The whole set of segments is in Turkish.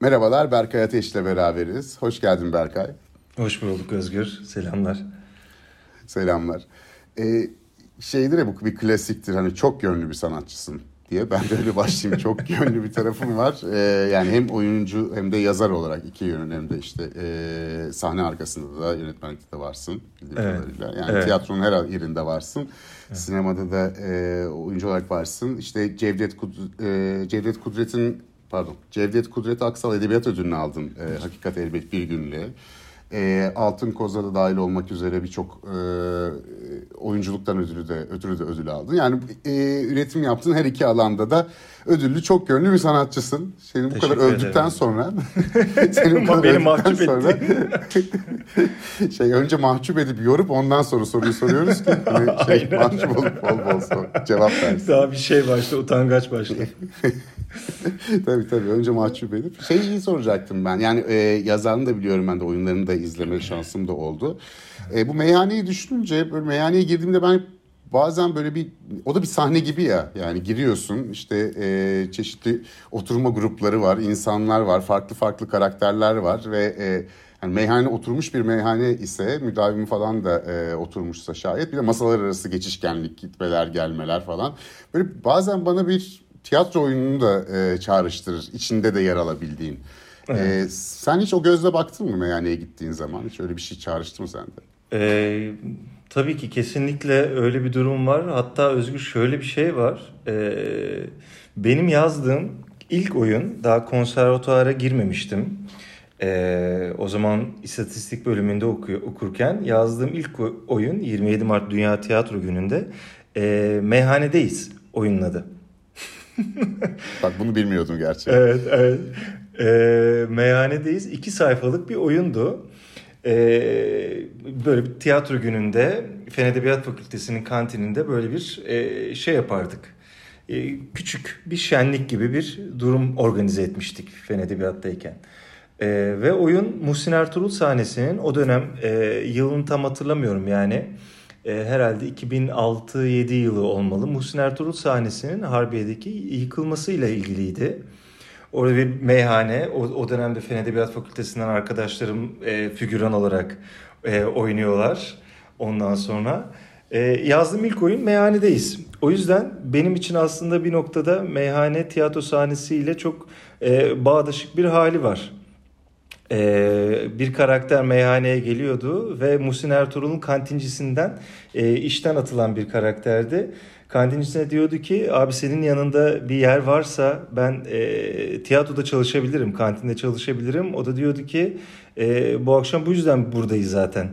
Merhabalar, Berkay Ateş'le beraberiz. Hoş geldin Berkay. Hoş bulduk Özgür. Selamlar. Selamlar. Şeydir ya, bu bir klasiktir, hani çok yönlü bir sanatçısın diye. Ben de öyle başlayayım. Çok yönlü bir tarafım var. Yani hem oyuncu hem de yazar olarak iki yönün, hem de işte sahne arkasında da yönetmenlikte de varsın bildiğim Evet. kadarıyla. Yani Evet. tiyatronun her yerinde varsın. Sinemada da oyuncu olarak varsın. İşte Cevdet Kudret Aksal Edebiyat Ödülünü aldın. Hakikat Elbet Bir Günlüğe. Altın Koz'a da dahil olmak üzere birçok oyunculuktan ötürü de ödül aldın. Yani üretim yaptığın her iki alanda da ödüllü, çok yönlü bir sanatçısın. Seni bu kadar Teşekkür övdükten ederim. sonra seni bu Ama kadar beni övdükten mahcup sonra etti. önce mahcup edip yorup ondan sonra soruyu soruyoruz ki hani Aynen. mahcup olup bol bol cevap versin. Daha bir şey başta, utangaç başta. Tabii önce mahcup edip iyi soracaktım ben. Yani yazarını da biliyorum, ben de oyunlarını da izleme şansım da oldu. Bu meyhaneyi düşününce, böyle meyhaneye girdiğimde ben bazen böyle o da bir sahne gibi ya. Yani giriyorsun, işte çeşitli oturma grupları var, insanlar var, farklı farklı karakterler var ve yani meyhane oturmuş bir meyhane ise, müdavimi falan da oturmuşsa şayet, bir de masalar arası geçişkenlik, gitmeler gelmeler falan. Böyle bazen bana bir tiyatro oyununu da çağrıştırır, içinde de yer alabildiğin. Evet. Sen hiç o gözle baktın mı meyhaneye gittiğin zaman? Hiç öyle bir şey çağrıştı mı sende? Ee, tabii ki kesinlikle öyle bir durum var. Hatta Özgür, şöyle bir şey var. Benim yazdığım ilk oyun, daha konservatuara girmemiştim. O zaman istatistik bölümünde okurken yazdığım ilk oyun 27 Mart Dünya Tiyatro Günü'nde Meyhanedeyiz oyunun adı. Bak, bunu bilmiyordum gerçi. Evet, evet. Meyhanedeyiz. 2 sayfalık bir oyundu. Böyle bir tiyatro gününde Fen Edebiyat Fakültesi'nin kantininde böyle bir şey yapardık. Küçük bir şenlik gibi bir durum organize etmiştik Fen Edebiyat'tayken. Ve oyun Muhsin Ertuğrul sahnesinin o dönem yılını tam hatırlamıyorum yani. Herhalde 2006-7 yılı olmalı. Muhsin Ertuğrul sahnesinin Harbiye'deki yıkılmasıyla ilgiliydi. Orada bir meyhane, o dönemde Fen Edebiyat Fakültesinden arkadaşlarım figüran olarak oynuyorlar. Ondan sonra yazdığım ilk oyun Meyhanedeyiz. O yüzden benim için aslında bir noktada meyhane tiyatro sahnesiyle çok bağdaşık bir hali var. Bir karakter meyhaneye geliyordu ve Muhsin Ertuğrul'un kantincisinden işten atılan bir karakterdi. Kantincisine diyordu ki, abi senin yanında bir yer varsa ben tiyatroda çalışabilirim, kantinde çalışabilirim. O da diyordu ki bu akşam bu yüzden buradayız zaten.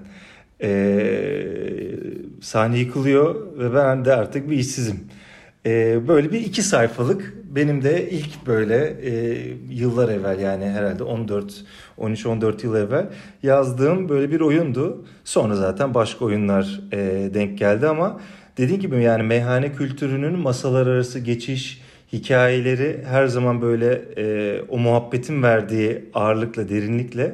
Sahne yıkılıyor ve ben de artık bir işsizim. Böyle bir 2 sayfalık, benim de ilk böyle yıllar evvel, yani herhalde 13-14 yıl evvel yazdığım böyle bir oyundu. Sonra zaten başka oyunlar denk geldi ama dediğim gibi yani meyhane kültürünün masalar arası geçiş hikayeleri her zaman böyle o muhabbetin verdiği ağırlıkla, derinlikle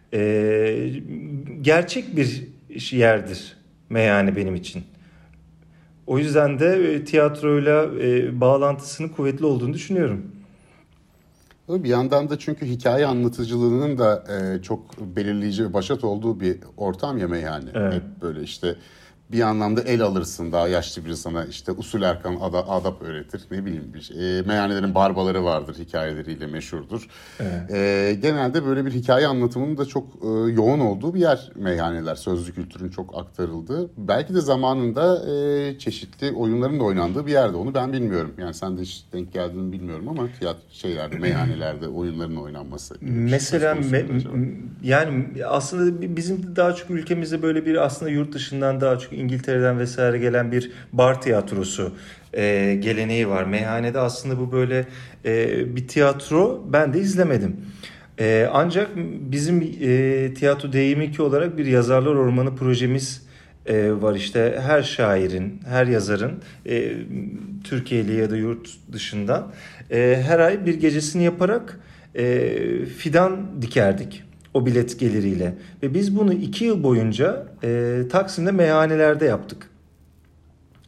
gerçek bir yerdir meyhane benim için. O yüzden de tiyatroyla bağlantısının kuvvetli olduğunu düşünüyorum. Tabii bir yandan da çünkü hikaye anlatıcılığının da çok belirleyici ve başat olduğu bir ortam ya meyhane. Evet. Hep böyle işte bir anlamda el alırsın, daha yaşlı biri sana işte usul erkan adap öğretir, ne bileyim bir şey. Meyhanelerin barbaları vardır, hikayeleriyle meşhurdur. Evet. Genelde böyle bir hikaye anlatımının da çok yoğun olduğu bir yer meyhaneler. Sözlü kültürün çok aktarıldığı. Belki de zamanında çeşitli oyunların da oynandığı bir yerde. Onu ben bilmiyorum. Yani sen de hiç denk geldiğini bilmiyorum ama meyhanelerde oyunların oynanması. Mesela Söz konusu acaba? yani aslında bizim daha çok ülkemizde böyle bir, aslında yurt dışından, daha çok İngiltere'den vesaire gelen bir bar tiyatrosu geleneği var. Meyhanede aslında bu böyle bir tiyatro ben de izlemedim. Ancak bizim tiyatro D22 olarak bir yazarlar ormanı projemiz var. İşte her şairin, her yazarın Türkiye'li ya da yurt dışından her ay bir gecesini yaparak fidan dikerdik o bilet geliriyle. Ve biz bunu 2 yıl boyunca Taksim'de meyhanelerde yaptık.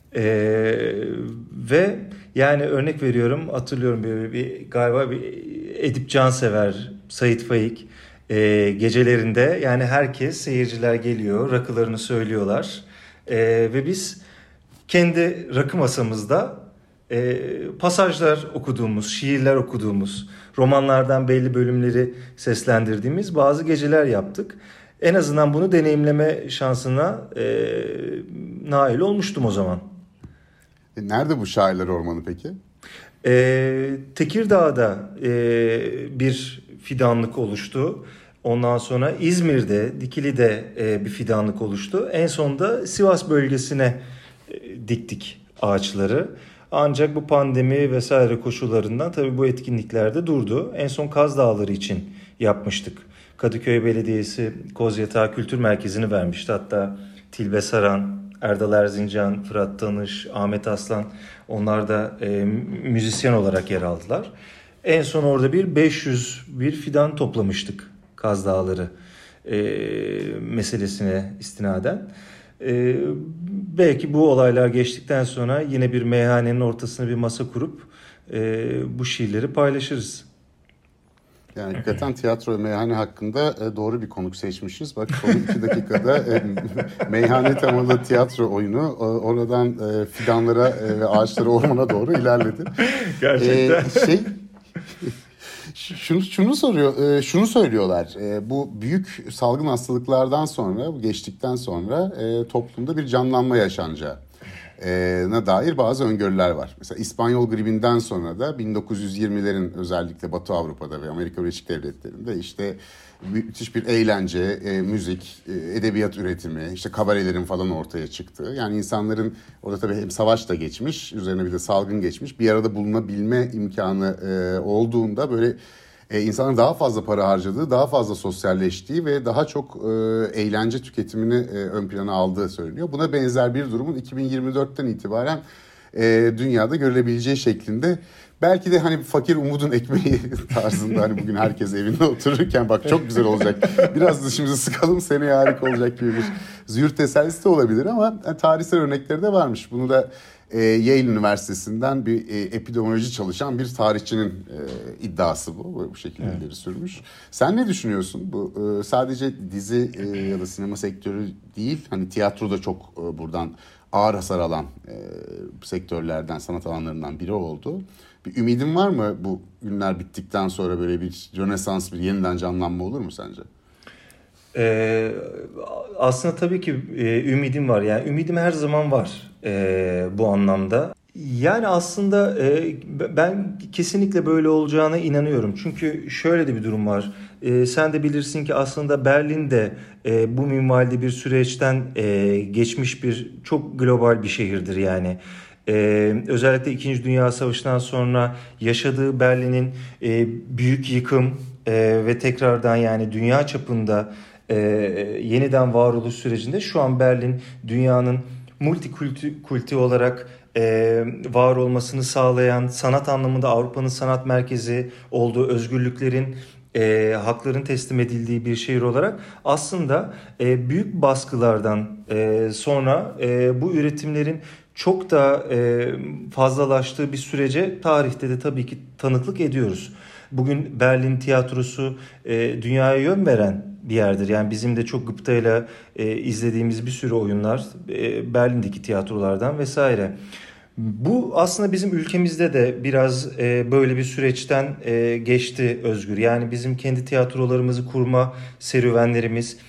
Ve yani örnek veriyorum, hatırlıyorum galiba bir Edip Cansever, Sait Faik gecelerinde, yani herkes, seyirciler geliyor, rakılarını söylüyorlar. Ve biz kendi rakı masamızda pasajlar okuduğumuz, şiirler okuduğumuz, romanlardan belli bölümleri seslendirdiğimiz bazı geceler yaptık. En azından bunu deneyimleme şansına nail olmuştum o zaman. Nerede bu Şairler Ormanı peki? Tekirdağ'da bir fidanlık oluştu. Ondan sonra İzmir'de, Dikili'de bir fidanlık oluştu. En sonunda Sivas bölgesine diktik ağaçları. Ancak bu pandemi vesaire koşullarından tabii bu etkinliklerde durdu. En son Kaz Dağları için yapmıştık. Kadıköy Belediyesi Kozyatağı Kültür Merkezi'ni vermişti. Hatta Tilbe Saran, Erdal Erzincan, Fırat Tanış, Ahmet Aslan, onlar da müzisyen olarak yer aldılar. En son orada 500 bir fidan toplamıştık Kaz Dağları meselesine istinaden. Belki bu olaylar geçtikten sonra yine bir meyhanenin ortasına bir masa kurup bu şiirleri paylaşırız. Yani hakikaten tiyatro ve meyhane hakkında doğru bir konuk seçmişiz. Bak son 2 dakikada meyhane temalı tiyatro oyunu oradan fidanlara ve ağaçlara, ormana doğru ilerledi. Gerçekten. Şunu söylüyorlar. Bu büyük salgın hastalıklardan sonra, bu geçtikten sonra toplumda bir canlanma yaşanacağı dair bazı öngörüler var. Mesela İspanyol gribinden sonra da 1920'lerin özellikle Batı Avrupa'da ve Amerika Birleşik Devletleri'nde işte müthiş bir eğlence, müzik, edebiyat üretimi, işte kabarelerin falan ortaya çıktığı. Yani insanların orada tabii hem savaş da geçmiş, üzerine bir de salgın geçmiş, bir arada bulunabilme imkanı olduğunda böyle insanların daha fazla para harcadığı, daha fazla sosyalleştiği ve daha çok eğlence tüketimini ön plana aldığı söyleniyor. Buna benzer bir durumun 2024'ten itibaren dünyada görülebileceği şeklinde. Belki de hani fakir umudun ekmeği tarzında, hani bugün herkes evinde otururken bak çok güzel olacak, biraz dışımızı sıkalım, seneye harika olacak gibi bir züğürt tesellisi de olabilir ama tarihsel örnekleri de varmış. Bunu da Yale Üniversitesi'nden bir epidemioloji çalışan bir tarihçinin iddiası bu. Bu şekilde ileri sürmüş. Sen ne düşünüyorsun? Bu sadece dizi ya da sinema sektörü değil, hani tiyatro da çok buradan ağır hasar alan sektörlerden, sanat alanlarından biri oldu. Bir ümidin var mı bu günler bittikten sonra, böyle bir rönesans, bir yeniden canlanma olur mu sence? Aslında tabii ki ümidim var. Yani ümidim her zaman var bu anlamda. Yani aslında ben kesinlikle böyle olacağına inanıyorum. Çünkü şöyle de bir durum var. Sen de bilirsin ki aslında Berlin de bu minvalde bir süreçten geçmiş bir çok global bir şehirdir yani. Özellikle İkinci Dünya Savaşı'ndan sonra yaşadığı Berlin'in büyük yıkım ve tekrardan yani dünya çapında yeniden varoluş sürecinde şu an Berlin dünyanın multikulti olarak var olmasını sağlayan, sanat anlamında Avrupa'nın sanat merkezi olduğu, özgürlüklerin, hakların teslim edildiği bir şehir olarak aslında büyük baskılardan sonra bu üretimlerin çok da fazlalaştığı bir sürece tarihte de tabii ki tanıklık ediyoruz. Bugün Berlin tiyatrosu dünyaya yön veren bir yerdir. Yani bizim de çok gıptayla izlediğimiz bir sürü oyunlar Berlin'deki tiyatrolardan vesaire. Bu aslında bizim ülkemizde de biraz böyle bir süreçten geçti Özgür. Yani bizim kendi tiyatrolarımızı kurma serüvenlerimiz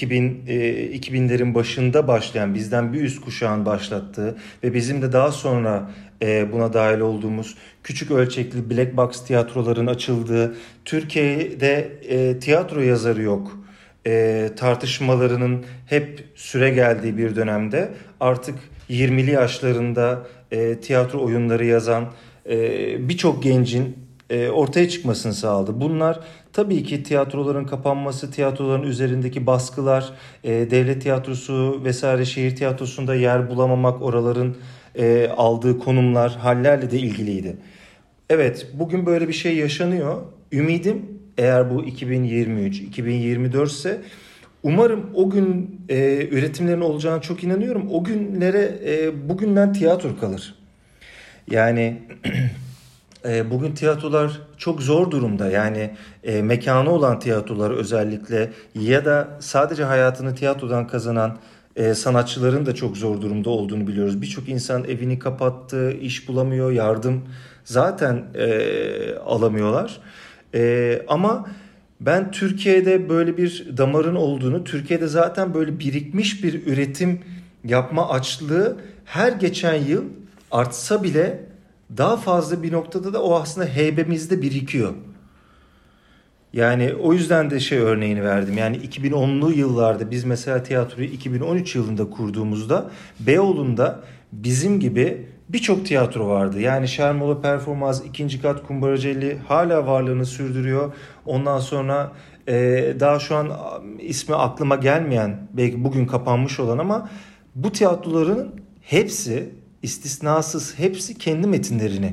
2000'lerin başında başlayan, bizden bir üst kuşağın başlattığı ve bizim de daha sonra buna dahil olduğumuz küçük ölçekli black box tiyatroların açıldığı, Türkiye'de tiyatro yazarı yok tartışmalarının hep süre geldiği bir dönemde artık 20'li yaşlarında tiyatro oyunları yazan birçok gencin ortaya çıkmasını sağladı. Bunlar tabii ki tiyatroların kapanması, tiyatroların üzerindeki baskılar, devlet tiyatrosu vesaire şehir tiyatrosunda yer bulamamak, oraların aldığı konumlar, hallerle de ilgiliydi. Evet, bugün böyle bir şey yaşanıyor. Ümidim, eğer bu 2023, 2024 ise Umarım o gün üretimlerin olacağına çok inanıyorum. O günlere bugünden tiyatro kalır. Yani bugün tiyatrolar çok zor durumda. Yani mekanı olan tiyatrolar özellikle ya da sadece hayatını tiyatrodan kazanan sanatçıların da çok zor durumda olduğunu biliyoruz. Birçok insan evini kapattı, iş bulamıyor, yardım zaten alamıyorlar. Ama ben Türkiye'de böyle bir damarın olduğunu, Türkiye'de zaten böyle birikmiş bir üretim yapma açlığı her geçen yıl artsa bile daha fazla bir noktada da o aslında heybemizde birikiyor. Yani o yüzden de şey örneğini verdim. Yani 2010'lu yıllarda biz mesela tiyatroyu 2013 yılında kurduğumuzda Beyoğlu'nda bizim gibi birçok tiyatro vardı. Yani Şermola Performans, ikinci kat Kumbaraceli hala varlığını sürdürüyor. Ondan sonra daha şu an ismi aklıma gelmeyen, belki bugün kapanmış olan ama bu tiyatroların hepsi istisnasız hepsi kendi metinlerini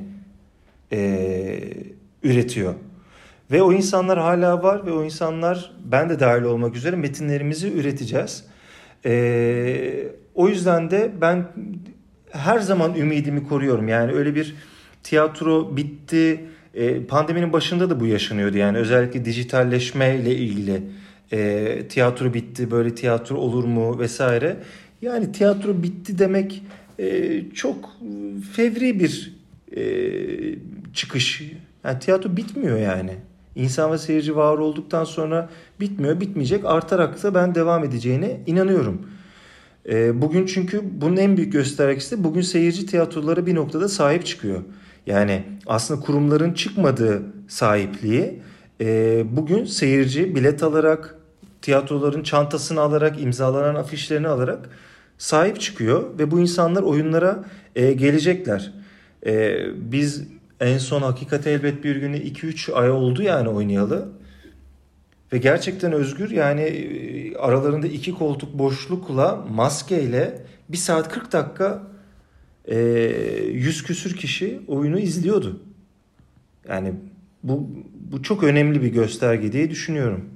üretiyor. Ve o insanlar hala var ve o insanlar ben de dahil olmak üzere metinlerimizi üreteceğiz. O yüzden de ben her zaman ümidimi koruyorum. Yani öyle bir tiyatro bitti. Pandeminin başında da bu yaşanıyordu. Yani özellikle dijitalleşme ile ilgili tiyatro bitti, böyle tiyatro olur mu vesaire. Yani tiyatro bitti demek çok fevri bir çıkış. Yani tiyatro bitmiyor yani. İnsan ve seyirci var olduktan sonra bitmiyor, bitmeyecek. Artarak da ben devam edeceğine inanıyorum. Bugün çünkü bunun en büyük göstergesi bugün seyirci tiyatrolara bir noktada sahip çıkıyor. Yani aslında kurumların çıkmadığı sahipliği bugün seyirci bilet alarak, tiyatroların çantasını alarak, imzalanan afişlerini alarak sahip çıkıyor. Ve bu insanlar oyunlara gelecekler. Biz en son Hakikate Elbet Bir Günü 2-3 ay oldu yani oynayalı. Ve gerçekten Özgür yani aralarında 2 koltuk boşlukla maskeyle 1 saat 40 dakika 100 küsür kişi oyunu izliyordu. Yani bu çok önemli bir gösterge diye düşünüyorum.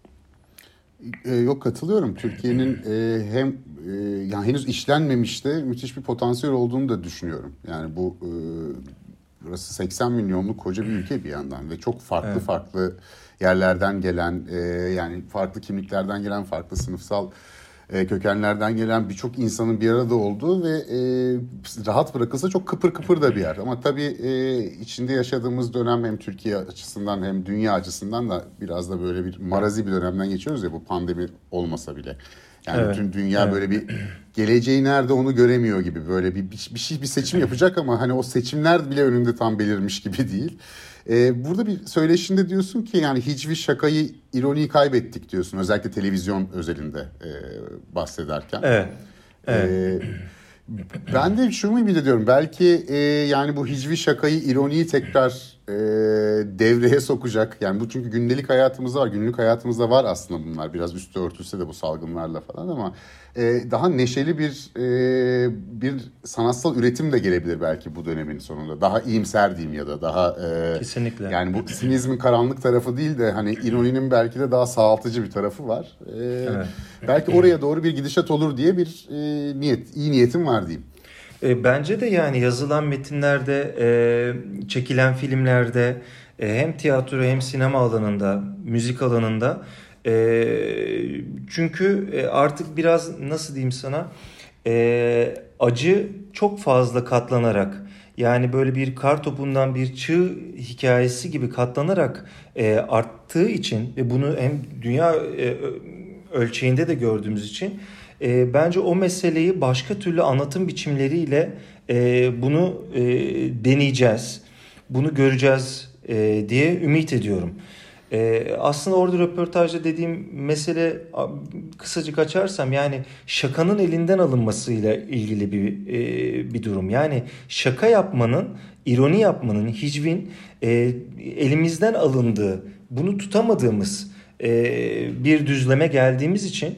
Yok, katılıyorum. Türkiye'nin hem yani henüz işlenmemiş de müthiş bir potansiyel olduğunu da düşünüyorum. Yani burası 80 milyonluk koca bir ülke bir yandan ve çok farklı farklı yerlerden gelen yani farklı kimliklerden gelen, farklı sınıfsal kökenlerden gelen birçok insanın bir arada olduğu ve rahat bırakılsa çok kıpır kıpır da bir yer. Ama tabii içinde yaşadığımız dönem hem Türkiye açısından hem dünya açısından da biraz da böyle bir marazi bir dönemden geçiyoruz ya, bu pandemi olmasa bile. Yani bütün dünya böyle bir geleceği nerede onu göremiyor gibi, böyle bir seçim yapacak ama hani o seçimler bile önünde tam belirmiş gibi değil. Burada bir söyleşinde diyorsun ki yani hicvi, şakayı, ironiyi kaybettik diyorsun. Özellikle televizyon özelinde bahsederken. Evet. Ben de şunu ümit ediyorum. Belki yani bu hicvi, şakayı, ironiyi tekrar devreye sokacak. Yani bu çünkü gündelik hayatımızda var. Günlük hayatımızda var aslında bunlar. Biraz üstü örtülse de bu salgınlarla falan ama daha neşeli bir sanatsal üretim de gelebilir belki bu dönemin sonunda. Daha iyimser diyeyim ya da daha kesinlikle. Yani bu sinizmin karanlık tarafı değil de hani ironinin belki de daha sağaltıcı bir tarafı var. Belki oraya doğru bir gidişat olur diye bir iyi niyetim var diyeyim. Bence de yani yazılan metinlerde, çekilen filmlerde hem tiyatro hem sinema alanında, müzik alanında çünkü artık biraz nasıl diyeyim sana acı çok fazla katlanarak, yani böyle bir kar topundan bir çığ hikayesi gibi katlanarak arttığı için ve bunu hem dünya ölçeğinde de gördüğümüz için bence o meseleyi başka türlü anlatım biçimleriyle bunu deneyeceğiz, bunu göreceğiz diye ümit ediyorum. Aslında orada röportajda dediğim mesele, kısacık açarsam, yani şakanın elinden alınmasıyla ilgili bir durum. Yani şaka yapmanın, ironi yapmanın, hicvin elimizden alındığı, bunu tutamadığımız bir düzleme geldiğimiz için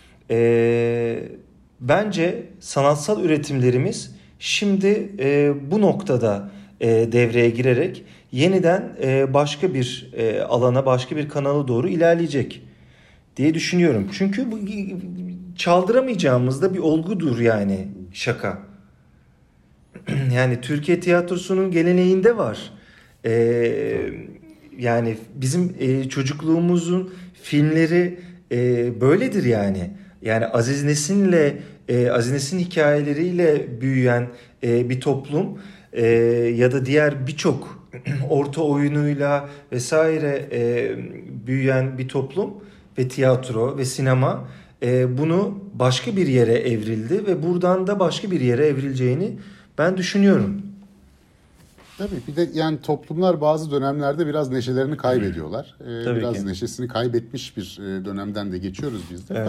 bence sanatsal üretimlerimiz şimdi bu noktada devreye girerek yeniden başka bir alana, başka bir kanala doğru ilerleyecek. diye düşünüyorum. Çünkü bu çaldıramayacağımız da bir olgudur yani şaka. Yani Türkiye tiyatrosunun geleneğinde var. Ee, Yani bizim çocukluğumuzun filmleri böyledir yani. Yani Aziz Nesin hikayeleriyle büyüyen bir toplum ya da diğer birçok orta oyunuyla vesaire büyüyen bir toplum ve tiyatro ve sinema bunu başka bir yere evrildi ve buradan da başka bir yere evrileceğini ben düşünüyorum. Tabii bir de yani toplumlar bazı dönemlerde biraz neşelerini kaybediyorlar. Tabii Biraz ki. neşesini kaybetmiş bir dönemden de geçiyoruz biz de. Evet.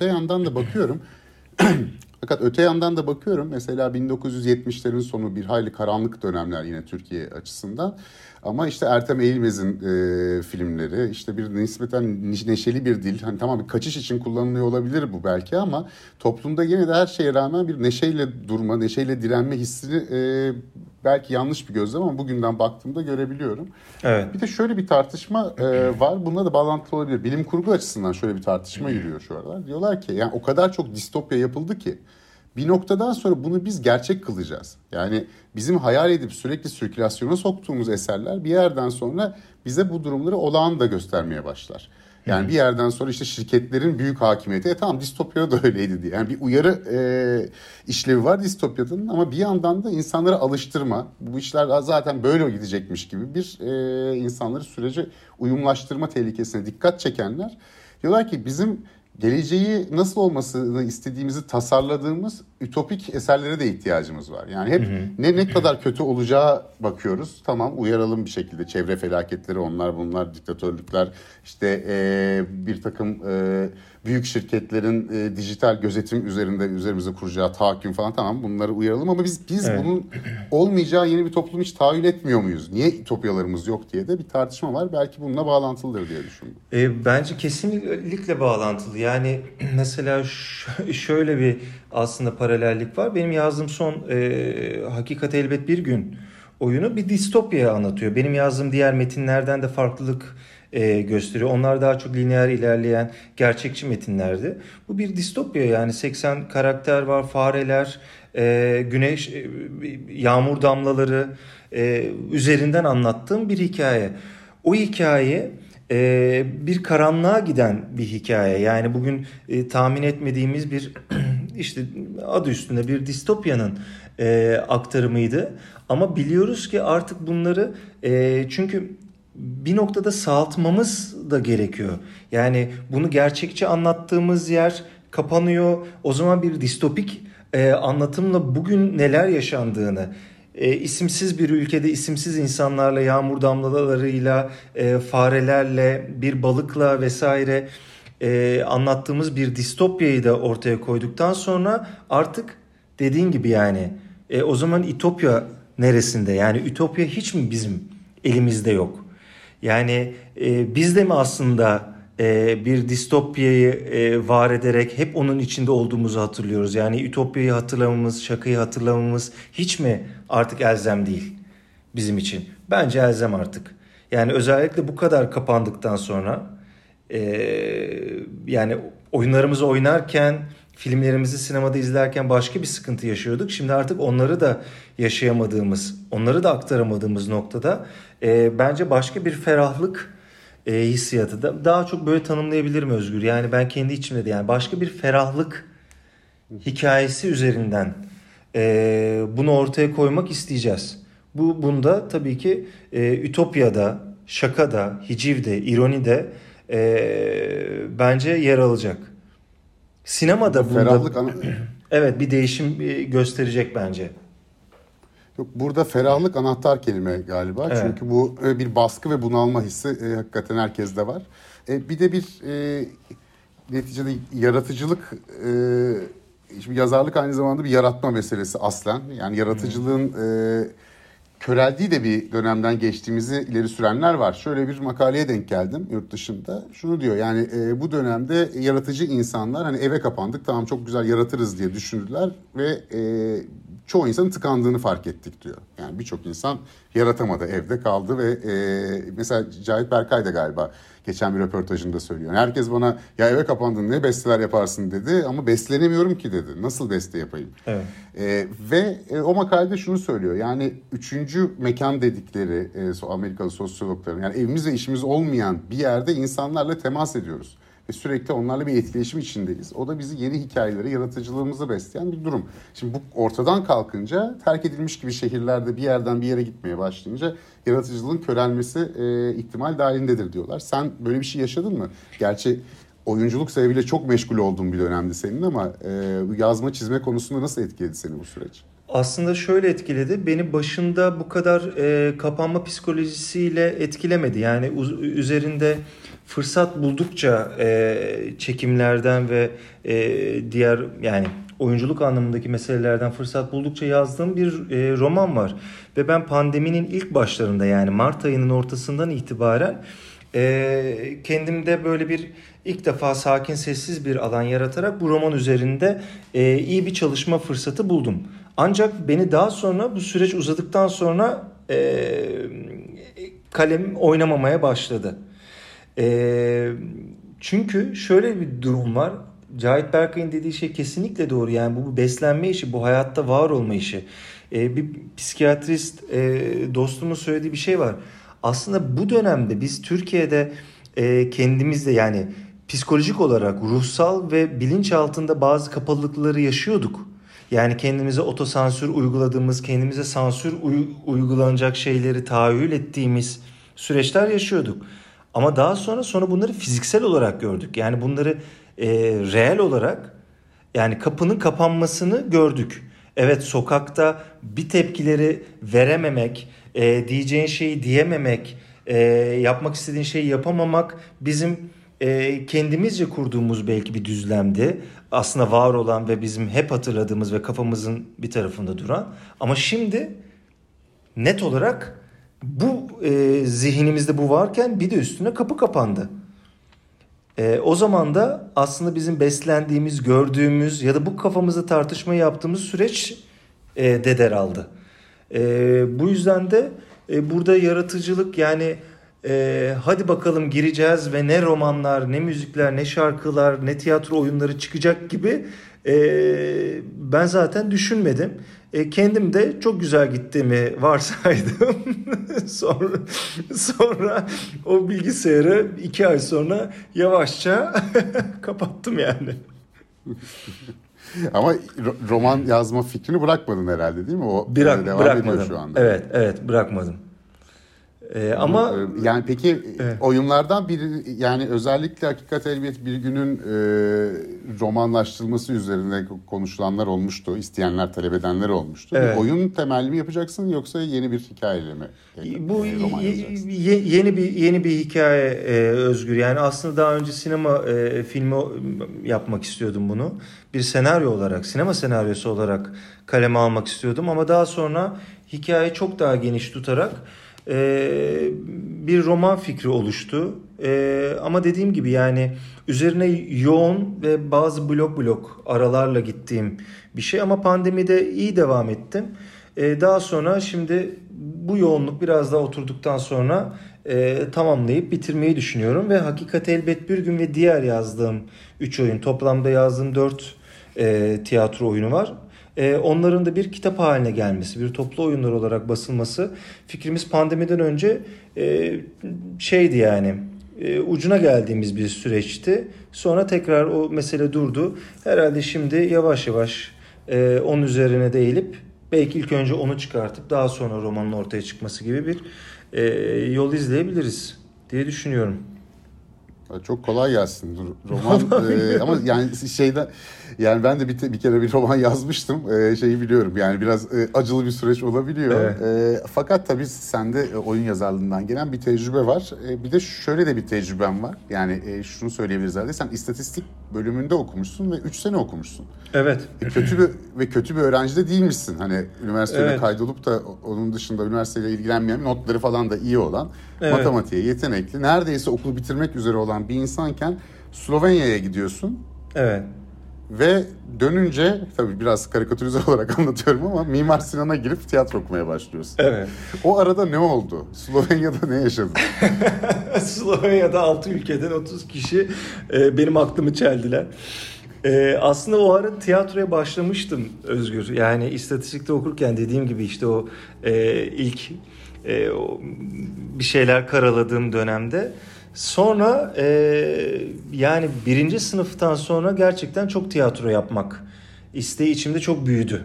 Fakat öte yandan da bakıyorum mesela 1970'lerin sonu bir hayli karanlık dönemler yine Türkiye açısından. Ama işte Ertem Eğilmez'in filmleri işte bir nispeten neşeli bir dil. Hani tamam bir kaçış için kullanılıyor olabilir bu belki ama toplumda yine de her şeye rağmen bir neşeyle durma, neşeyle direnme hissini belki yanlış bir gözlem ama bugünden baktığımda görebiliyorum. Evet. Bir de şöyle bir tartışma var. Bununla da bağlantılı olabilir. Bilim kurgu açısından şöyle bir tartışma yürüyor şu aralar. Diyorlar ki yani o kadar çok distopya yapıldı ki bir noktadan sonra bunu biz gerçek kılacağız. Yani bizim hayal edip sürekli sirkülasyona soktuğumuz eserler bir yerden sonra bize bu durumları olağan da göstermeye başlar. Yani bir yerden sonra işte şirketlerin büyük hakimiyeti tamam distopyada da öyleydi diye. Yani bir uyarı işlevi var distopyanın ama bir yandan da insanları alıştırma. Bu işler zaten böyle gidecekmiş gibi bir insanları sürece uyumlaştırma tehlikesine dikkat çekenler. Diyorlar ki bizim geleceği nasıl olmasını istediğimizi tasarladığımız ütopik eserlere de ihtiyacımız var. Yani hep ne kadar kötü olacağı bakıyoruz. Tamam uyaralım bir şekilde çevre felaketleri onlar bunlar diktatörlükler işte bir takım büyük şirketlerin dijital gözetim üzerimize kuracağı tahakküm falan tamam bunları uyaralım ama biz evet. Bunun olmayacağı yeni bir toplum hiç tahayyül etmiyor muyuz? Niye ütopyalarımız yok diye de bir tartışma var. Belki bununla bağlantılıdır diye düşündüm. Bence kesinlikle bağlantılı. Yani mesela şöyle bir aslında paralellik var. Benim yazdığım son Hakikat Elbet Bir Gün oyunu bir distopya anlatıyor. Benim yazdığım diğer metinlerden de farklılık gösteriyor. Onlar daha çok lineer ilerleyen gerçekçi metinlerdi. Bu bir distopya yani 80 karakter var, fareler, güneş, yağmur damlaları üzerinden anlattığım bir hikaye. O hikaye bir karanlığa giden bir hikaye. Yani bugün tahmin etmediğimiz bir işte adı üstünde bir distopyanın aktarımıydı. Ama biliyoruz ki artık bunları çünkü bir noktada sağaltmamız da gerekiyor. Yani bunu gerçekçi anlattığımız yer kapanıyor. O zaman bir distopik anlatımla bugün neler yaşandığını, isimsiz bir ülkede isimsiz insanlarla, yağmur damlalarıyla, farelerle, bir balıkla vesaire anlattığımız bir distopyayı da ortaya koyduktan sonra artık dediğin gibi yani o zaman İtopya neresinde? Yani Ütopya hiç mi bizim elimizde yok? Yani biz de mi aslında bir distopyayı var ederek hep onun içinde olduğumuzu hatırlıyoruz? Yani Ütopyayı hatırlamamız, şakayı hatırlamamız hiç mi artık elzem değil bizim için? Bence elzem artık. Yani özellikle bu kadar kapandıktan sonra yani oyunlarımızı oynarken, filmlerimizi sinemada izlerken başka bir sıkıntı yaşıyorduk. Şimdi artık onları da yaşayamadığımız, onları da aktaramadığımız noktada bence başka bir ferahlık hissiyatı da daha çok böyle tanımlayabilirim Özgür. Yani ben kendi içimde de yani başka bir ferahlık hikayesi üzerinden bunu ortaya koymak isteyeceğiz. Bunda tabii ki Ütopya'da, şakada, hicivde, ironide bence yer alacak. Sinemada bunda evet bir değişim gösterecek bence. Yok, burada ferahlık anahtar kelime galiba. Evet. Çünkü bu bir baskı ve bunalma hissi hakikaten herkeste var. Bir de bir neticede yaratıcılık, şimdi yazarlık aynı zamanda bir yaratma meselesi aslen. Yani yaratıcılığın köreldiği de bir dönemden geçtiğimizi ileri sürenler var. Şöyle bir makaleye denk geldim yurt dışında. Şunu diyor yani bu dönemde yaratıcı insanlar hani eve kapandık tamam çok güzel yaratırız diye düşündüler ve çoğu insanın tıkandığını fark ettik diyor. Yani birçok insan yaratamadı, evde kaldı ve mesela Cahit Berkay da galiba geçen bir röportajında söylüyor. Herkes bana ya eve kapandın ne besteler yaparsın dedi ama beslenemiyorum ki dedi. Nasıl beste yapayım? Evet. Ve o makalede şunu söylüyor. Yani üçüncü mekan dedikleri Amerikalı sosyologların, yani evimiz ve işimiz olmayan bir yerde insanlarla temas ediyoruz. Ve sürekli onlarla bir etkileşim içindeyiz. O da bizi yeni hikayeleri, yaratıcılığımızı besleyen bir durum. Şimdi bu ortadan kalkınca, terk edilmiş gibi şehirlerde bir yerden bir yere gitmeye başlayınca yaratıcılığın körelmesi ihtimal dahilindedir diyorlar. Sen böyle bir şey yaşadın mı? Gerçi oyunculuk sebebiyle çok meşgul olduğun bir dönemdi senin ama bu yazma çizme konusunda nasıl etkiledi seni bu süreç? Aslında şöyle etkiledi. Beni başında bu kadar kapanma psikolojisiyle etkilemedi. Yani üzerinde fırsat buldukça çekimlerden ve diğer yani oyunculuk anlamındaki meselelerden fırsat buldukça yazdığım bir roman var. Ve ben pandeminin ilk başlarında, yani Mart ayının ortasından itibaren kendimde böyle bir ilk defa sakin, sessiz bir alan yaratarak bu roman üzerinde iyi bir çalışma fırsatı buldum. Ancak beni daha sonra, bu süreç uzadıktan sonra kalem oynamamaya başladı. Çünkü şöyle bir durum var. Cahit Berkay'ın dediği şey kesinlikle doğru. Yani bu beslenme işi, bu hayatta var olma işi. Bir psikiyatrist dostumun söylediği bir şey var. Aslında bu dönemde biz Türkiye'de kendimizde, yani psikolojik olarak ruhsal ve bilinç altında bazı kapalılıkları yaşıyorduk. Yani kendimize otosansür uyguladığımız, kendimize sansür uygulanacak şeyleri tahayyül ettiğimiz süreçler yaşıyorduk. Ama daha sonra bunları fiziksel olarak gördük. Yani bunları reel olarak, yani kapının kapanmasını gördük. Evet, sokakta bir tepkileri verememek, diyeceğin şeyi diyememek, yapmak istediğin şeyi yapamamak bizim kendimizce kurduğumuz belki bir düzlemdi. Aslında var olan ve bizim hep hatırladığımız ve kafamızın bir tarafında duran. Ama şimdi net olarak bu zihnimizde bu varken bir de üstüne kapı kapandı. O zaman da aslında bizim beslendiğimiz, gördüğümüz ya da bu kafamızda tartışma yaptığımız süreç de daraldı. Bu yüzden de burada yaratıcılık, yani hadi bakalım gireceğiz ve ne romanlar, ne müzikler, ne şarkılar, ne tiyatro oyunları çıkacak gibi ben zaten düşünmedim. Kendim de çok güzel gittiğimi varsaydım. sonra o bilgisayarı 2 ay sonra yavaşça kapattım yani. Ama roman yazma fikrini bırakmadın herhalde, değil mi? O devam bırakmadım. ediyor şu anda. Evet, bırakmadım. Ama yani peki evet. Oyunlardan biri, yani özellikle Hakikat Elbet Bir Gün'ün romanlaştırılması üzerine konuşulanlar olmuştu. İsteyenler, talep edenler olmuştu. Evet. Bir oyun temelli mi yapacaksın yoksa yeni bir hikayeyle mi? Bu yeni bir hikaye Özgür. Yani aslında daha önce sinema filmi yapmak istiyordum bunu. Bir senaryo olarak, sinema senaryosu olarak kaleme almak istiyordum ama daha sonra hikayeyi çok daha geniş tutarak bir roman fikri oluştu. Ama dediğim gibi yani üzerine yoğun ve bazı blok aralarla gittiğim bir şey, ama pandemide iyi devam ettim. Daha sonra şimdi bu yoğunluk biraz daha oturduktan sonra tamamlayıp bitirmeyi düşünüyorum ve Hakikat Elbet Bir Gün ve diğer yazdığım 3 oyun, toplamda yazdığım 4 tiyatro oyunu var. Onların da bir kitap haline gelmesi, bir toplu oyunlar olarak basılması fikrimiz pandemiden önce şeydi yani, ucuna geldiğimiz bir süreçti. Sonra tekrar o mesele durdu. Herhalde şimdi yavaş yavaş onun üzerine de eğilip belki ilk önce onu çıkartıp daha sonra romanın ortaya çıkması gibi bir yol izleyebiliriz diye düşünüyorum. Çok kolay gelsin roman ama yani yani ben de bir kere bir roman yazmıştım, şeyi biliyorum yani biraz acılı bir süreç olabiliyor. Evet. Fakat tabii sende oyun yazarlığından gelen bir tecrübe var. Bir de şöyle de bir tecrüben var, yani şunu söyleyebiliriz herhalde, sen istatistik bölümünde okumuşsun ve 3 sene okumuşsun. Evet. Kötü bir öğrenci de değilmişsin, hani üniversitede evet. Kaydolup da onun dışında üniversiteyle ilgilenmeyen, notları falan da iyi olan, evet. Matematiğe yetenekli, neredeyse okulu bitirmek üzere olan bir insanken Slovenya'ya gidiyorsun. Evet. Ve dönünce, tabii biraz karikatürize olarak anlatıyorum ama Mimar Sinan'a girip tiyatro okumaya başlıyorsun. Evet. O arada ne oldu? Slovenya'da ne yaşadın? Slovenya'da 6 ülkeden 30 kişi benim aklımı çeldiler. Aslında o ara tiyatroya başlamıştım Özgür. Yani istatistikte okurken dediğim gibi işte o ilk bir şeyler karaladığım dönemde. Sonra yani birinci sınıftan sonra gerçekten çok tiyatro yapmak isteği içimde çok büyüdü.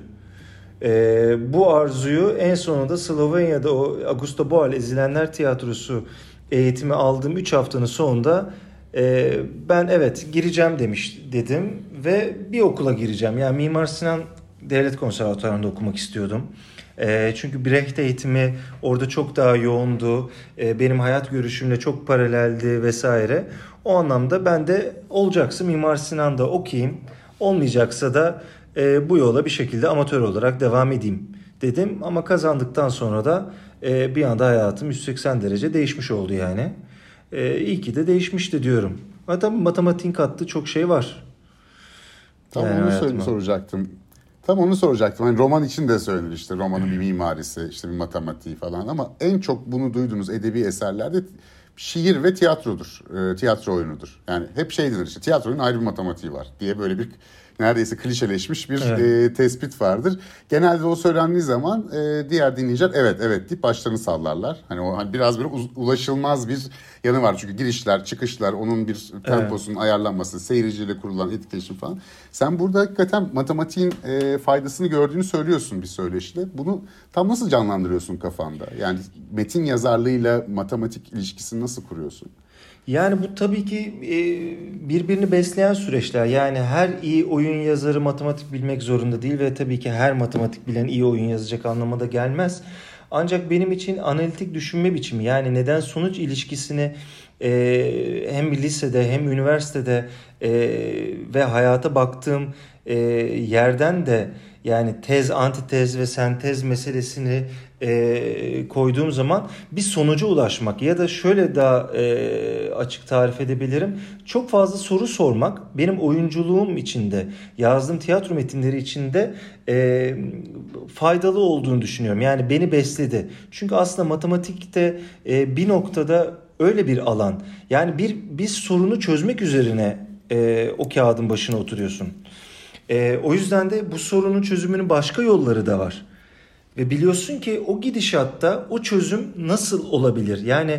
Bu arzuyu en sonunda Slovenya'da o Augusto Boal Ezilenler Tiyatrosu eğitimi aldığım 3 haftanın sonunda ben evet gireceğim dedim ve bir okula gireceğim. Yani Mimar Sinan Devlet Konservatuvarı'nda okumak istiyordum. Çünkü Brecht eğitimi orada çok daha yoğundu. Benim hayat görüşümle çok paraleldi vesaire. O anlamda ben de olacaksa Mimar Sinan'da okuyayım. Olmayacaksa da bu yola bir şekilde amatör olarak devam edeyim dedim. Ama kazandıktan sonra da bir anda hayatım 180 derece değişmiş oldu yani. İyi ki de değişmişti diyorum. Tabii matematiğin kattığı çok şey var. Tam onu soracaktım. Hani roman için de söylenir işte romanın bir mimarisi, işte bir matematiği falan ama en çok bunu duyduğunuz edebi eserlerde şiir ve tiyatrodur. Tiyatro oyunudur. Yani hep şey denir işte tiyatronun ayrı bir matematiği var diye böyle bir neredeyse klişeleşmiş bir tespit vardır. Genelde o söylendiği zaman diğer dinleyiciler evet deyip başlarını sallarlar. Hani o hani biraz böyle ulaşılmaz bir yanı var. Çünkü girişler, çıkışlar, onun bir temposunun ayarlanması, seyirciyle kurulan etkileşim falan. Sen burada hakikaten matematiğin faydasını gördüğünü söylüyorsun bir söyleşiyle. Bunu tam nasıl canlandırıyorsun kafanda? Yani metin yazarlığıyla matematik ilişkisini nasıl kuruyorsun? Yani bu tabii ki birbirini besleyen süreçler. Yani her iyi oyun yazarı matematik bilmek zorunda değil ve tabii ki her matematik bilen iyi oyun yazacak anlamına gelmez. Ancak benim için analitik düşünme biçimi yani neden sonuç ilişkisini hem lisede hem üniversitede ve hayata baktığım yerden de yani tez, antitez ve sentez meselesini koyduğum zaman bir sonuca ulaşmak ya da şöyle daha açık tarif edebilirim. Çok fazla soru sormak benim oyunculuğum içinde, yazdığım tiyatro metinleri içinde faydalı olduğunu düşünüyorum. Yani beni besledi. Çünkü aslında matematikte bir noktada öyle bir alan. Yani bir sorunu çözmek üzerine o kağıdın başına oturuyorsun. O yüzden de bu sorunun çözümünün başka yolları da var. Ve biliyorsun ki o gidişatta o çözüm nasıl olabilir? Yani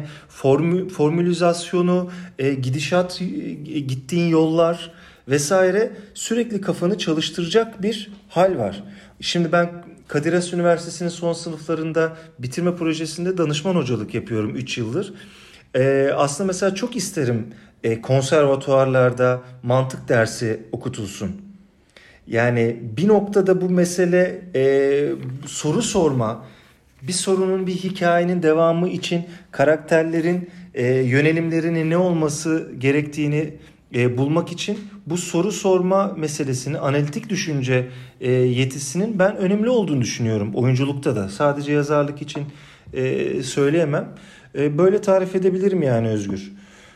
formülizasyonu, gidişat, gittiğin yollar vesaire sürekli kafanı çalıştıracak bir hal var. Şimdi ben Kadir Has Üniversitesi'nin son sınıflarında bitirme projesinde danışman hocalık yapıyorum 3 yıldır. Aslında mesela çok isterim konservatuvarlarda mantık dersi okutulsun. Yani bir noktada bu mesele soru sorma, bir sorunun bir hikayenin devamı için karakterlerin yönelimlerinin ne olması gerektiğini bulmak için bu soru sorma meselesini, analitik düşünce yetisinin ben önemli olduğunu düşünüyorum oyunculukta da. Sadece yazarlık için söyleyemem. Böyle tarif edebilirim yani Özgür.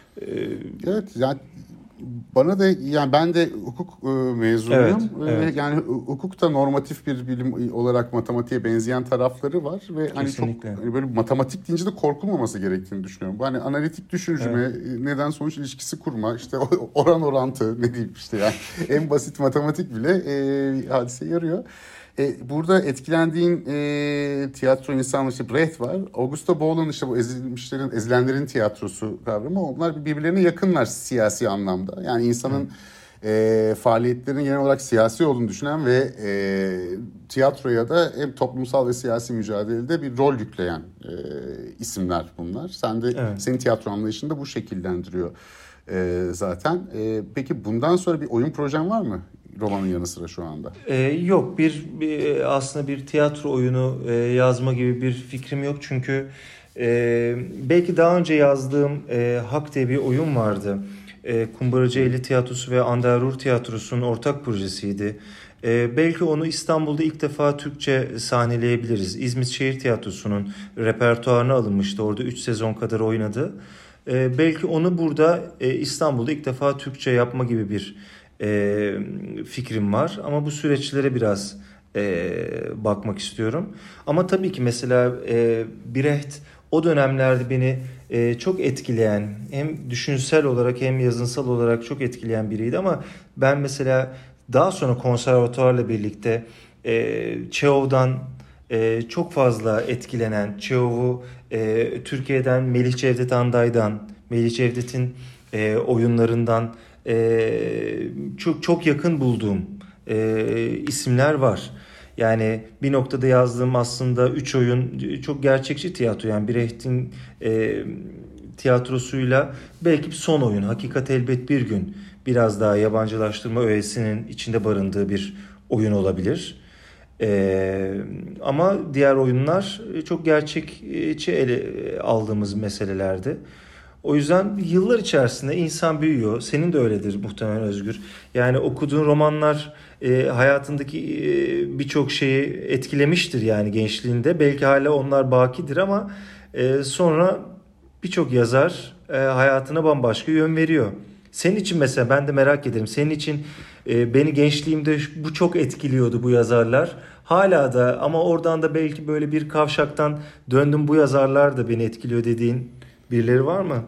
Evet yani bana da yani ben de hukuk mezunuyum. Evet. Yani hukukta normatif bir bilim olarak matematiğe benzeyen tarafları var ve hani çok hani böyle matematik deyince de korkulmaması gerektiğini düşünüyorum. Bu hani analitik düşünme, neden sonuç ilişkisi kurma, işte oran orantı ne diyeyim işte yani en basit matematik bile hadise yarıyor. Burada etkilendiğin tiyatro insanları işte Brecht var. Augusto Boal'ın işte bu ezilenlerin tiyatrosu kavramı onlar birbirlerine yakınlar siyasi anlamda. Yani insanın faaliyetlerinin genel olarak siyasi olduğunu düşünen ve tiyatroya da hem toplumsal ve siyasi mücadelede bir rol yükleyen isimler bunlar. Senin tiyatro anlayışını da bu şekillendiriyor zaten. Peki bundan sonra bir oyun projen var mı? Romanın yanı sıra şu anda. Yok aslında bir tiyatro oyunu yazma gibi bir fikrim yok çünkü belki daha önce yazdığım Hak diye bir oyun vardı. Kumbaracıeli Tiyatrosu ve Anderur Tiyatrosu'nun ortak projesiydi. Belki onu İstanbul'da ilk defa Türkçe sahneleyebiliriz. İzmit Şehir Tiyatrosu'nun repertuarına alınmıştı. Orada 3 sezon kadar oynadı. Belki onu burada İstanbul'da ilk defa Türkçe yapma gibi bir fikrim var. Ama bu süreçlere biraz bakmak istiyorum. Ama tabii ki mesela Brecht o dönemlerde beni çok etkileyen, hem düşünsel olarak hem yazınsal olarak çok etkileyen biriydi. Ama ben mesela daha sonra konservatuvarla birlikte Çehov'dan çok fazla etkilenen, Çehov'u Türkiye'den Melih Cevdet Anday'dan, Melih Cevdet'in oyunlarından çok çok yakın bulduğum isimler var. Yani bir noktada yazdığım aslında 3 oyun çok gerçekçi tiyatro. Yani Brecht'in tiyatrosuyla belki bir son oyun. Hakikat Elbet Bir Gün biraz daha yabancılaştırma öğesinin içinde barındığı bir oyun olabilir. Ama diğer oyunlar çok gerçekçi ele aldığımız meselelerdi. O yüzden yıllar içerisinde insan büyüyor. Senin de öyledir muhtemelen Özgür. Yani okuduğun romanlar hayatındaki birçok şeyi etkilemiştir yani gençliğinde. Belki hala onlar bakidir ama sonra birçok yazar hayatına bambaşka yön veriyor. Senin için mesela ben de merak ederim. Senin için beni gençliğimde bu çok etkiliyordu bu yazarlar. Hala da ama oradan da belki böyle bir kavşaktan döndüm bu yazarlar da beni etkiliyor dediğin birileri var mı?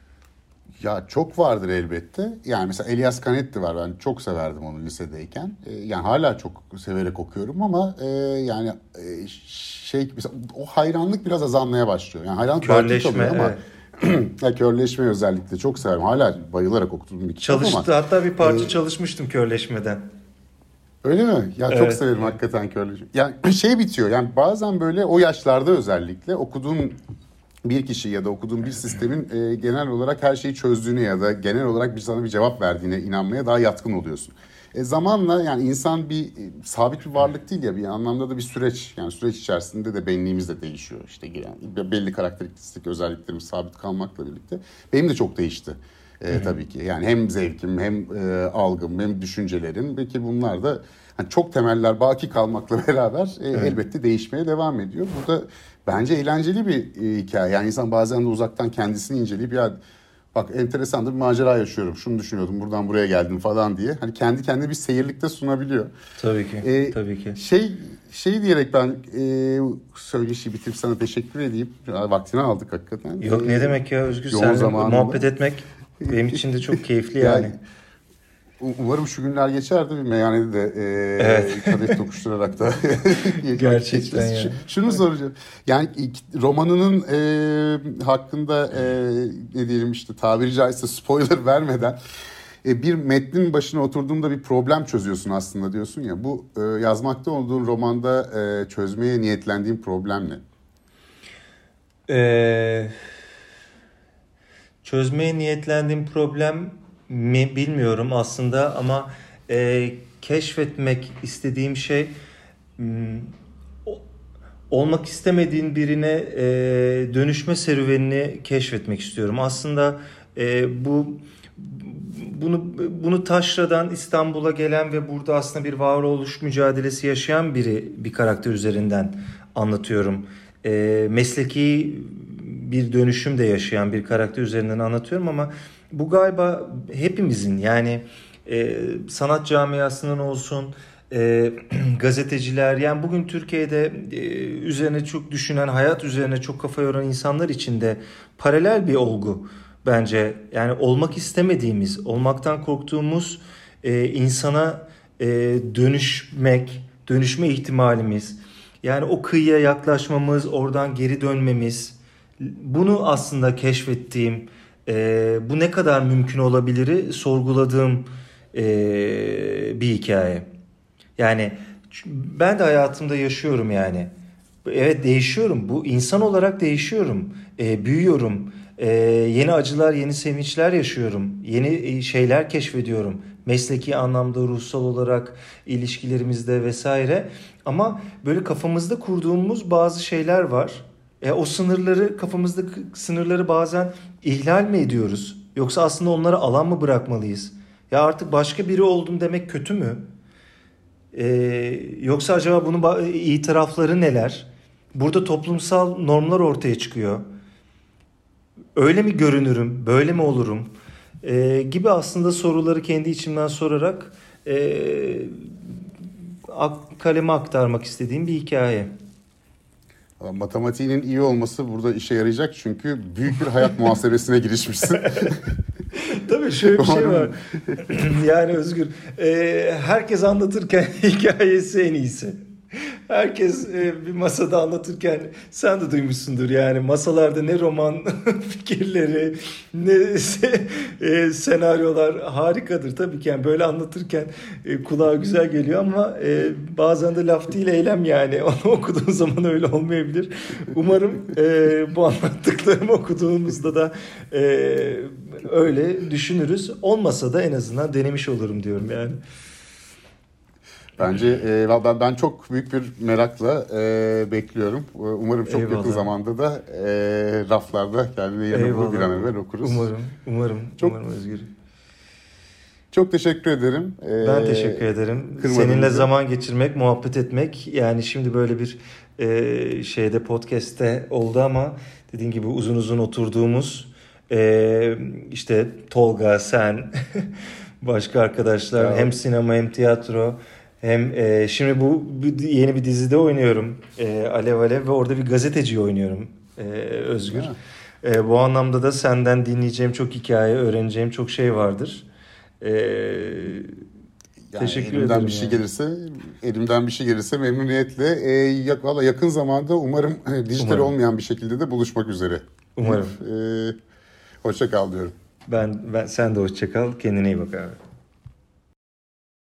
Ya çok vardır elbette. Yani mesela Elias Canetti var. Ben çok severdim onu lisedeyken. Yani hala çok severek okuyorum ama yani mesela o hayranlık biraz azalmaya başlıyor. Yani hayranlık baki kalıyor ama ya Körleşme özellikle çok severim. Hala bayılarak okuduğum bir kitap ama. Hatta bir parça çalışmıştım Körleşme'den. Öyle mi? Ya çok severim hakikaten Körleşme. Yani bitiyor. Yani bazen böyle o yaşlarda özellikle okuduğum bir kişi ya da okuduğum bir sistemin genel olarak her şeyi çözdüğüne ya da genel olarak sana bir cevap verdiğine inanmaya daha yatkın oluyorsun. Zamanla yani insan bir sabit bir varlık değil ya, bir anlamda da bir süreç. Yani süreç içerisinde de benliğimiz de değişiyor. İşte yani belli karakteristik özelliklerimiz sabit kalmakla birlikte. Benim de çok değişti. Tabii ki. Yani hem zevkim hem algım hem düşüncelerim. Belki bunlar da hani çok temeller baki kalmakla beraber elbette değişmeye devam ediyor. Bu da bence eğlenceli bir hikaye. Yani insan bazen de uzaktan kendisini inceleyip ya bak enteresan da bir macera yaşıyorum. Şunu düşünüyordum, buradan buraya geldim falan diye. Hani kendi kendine bir seyirlikte sunabiliyor. Tabii ki. Tabii ki. Şey diyerek ben söyleşi bitirip sana teşekkür edeyim. Vaktini aldık hakikaten. Yok ne demek ya Özgür, seninle muhabbet etmek benim için de çok keyifli yani. Umarım şu günler geçer de bir meyhanede de kadeh tokuşturarak da gerçekten ya. Şunu soracağım. Yani romanının hakkında ne diyelim işte tabiri caizse spoiler vermeden bir metnin başına oturduğunda bir problem çözüyorsun aslında diyorsun ya. Bu yazmakta olduğun romanda çözmeye niyetlendiğin problem ne? Çözmeye niyetlendiğim problem mi bilmiyorum aslında ama keşfetmek istediğim şey olmak istemediğin birine dönüşme serüvenini keşfetmek istiyorum. Aslında bunu Taşra'dan İstanbul'a gelen ve burada aslında bir varoluş mücadelesi yaşayan bir karakter üzerinden anlatıyorum. Mesleki bir dönüşüm de yaşayan bir karakter üzerinden anlatıyorum ama bu galiba hepimizin yani sanat camiasının olsun, gazeteciler, yani bugün Türkiye'de üzerine çok düşünen, hayat üzerine çok kafa yoran insanlar için de paralel bir olgu bence. Yani olmak istemediğimiz, olmaktan korktuğumuz insana dönüşme ihtimalimiz, yani o kıyıya yaklaşmamız, oradan geri dönmemiz, bunu aslında keşfettiğim, bu ne kadar mümkün olabiliri sorguladığım bir hikaye. Yani ben de hayatımda yaşıyorum yani. Evet, değişiyorum. Bu insan olarak değişiyorum. Büyüyorum. Yeni acılar, yeni sevinçler yaşıyorum. Yeni şeyler keşfediyorum. Mesleki anlamda, ruhsal olarak, ilişkilerimizde vesaire. Ama böyle kafamızda kurduğumuz bazı şeyler var. O kafamızdaki sınırları bazen ihlal mi ediyoruz? Yoksa aslında onlara alan mı bırakmalıyız? Ya artık başka biri oldum demek kötü mü? Yoksa acaba bunun iyi tarafları neler? Burada toplumsal normlar ortaya çıkıyor. Öyle mi görünürüm? Böyle mi olurum? Gibi aslında soruları kendi içimden sorarak kaleme aktarmak istediğim bir hikaye. Matematiğinin iyi olması burada işe yarayacak çünkü büyük bir hayat muhasebesine girişmişsin. Tabii şöyle bir şey var. Yani Özgür, herkes anlatırken hikayesi en iyisi. Herkes bir masada anlatırken sen de duymuşsundur yani masalarda ne roman fikirleri ne senaryolar harikadır tabii ki yani böyle anlatırken kulağa güzel geliyor ama bazen de laf değil eylem yani onu okuduğun zaman öyle olmayabilir. Umarım bu anlattıklarımı okuduğumuzda da öyle düşünürüz. Olmasa da en azından denemiş olurum diyorum yani. Bence ben çok büyük bir merakla bekliyorum. Umarım çok yakın zamanda da raflarda kendine yanı bulur bir an evvel okuruz. Umarım Özgür. Çok teşekkür ederim. Ben teşekkür ederim. Seninle zaman geçirmek, muhabbet etmek yani şimdi böyle bir şeyde podcast'te oldu ama dediğin gibi uzun uzun oturduğumuz işte Tolga, sen, başka arkadaşlar ya. Hem sinema hem tiyatro hem şimdi bu yeni bir dizide oynuyorum Alev Alev ve orada bir gazeteci oynuyorum Özgür. Bu anlamda da senden dinleyeceğim çok hikaye, öğreneceğim çok şey vardır. Yani Teşekkür elimden ederim. Elimden bir şey gelirse memnuniyetle valla yakın zamanda umarım dijital olmayan bir şekilde de buluşmak üzere. Umarım. Hoşça kal diyorum. Sen de hoşça kal. Kendine iyi bak abi.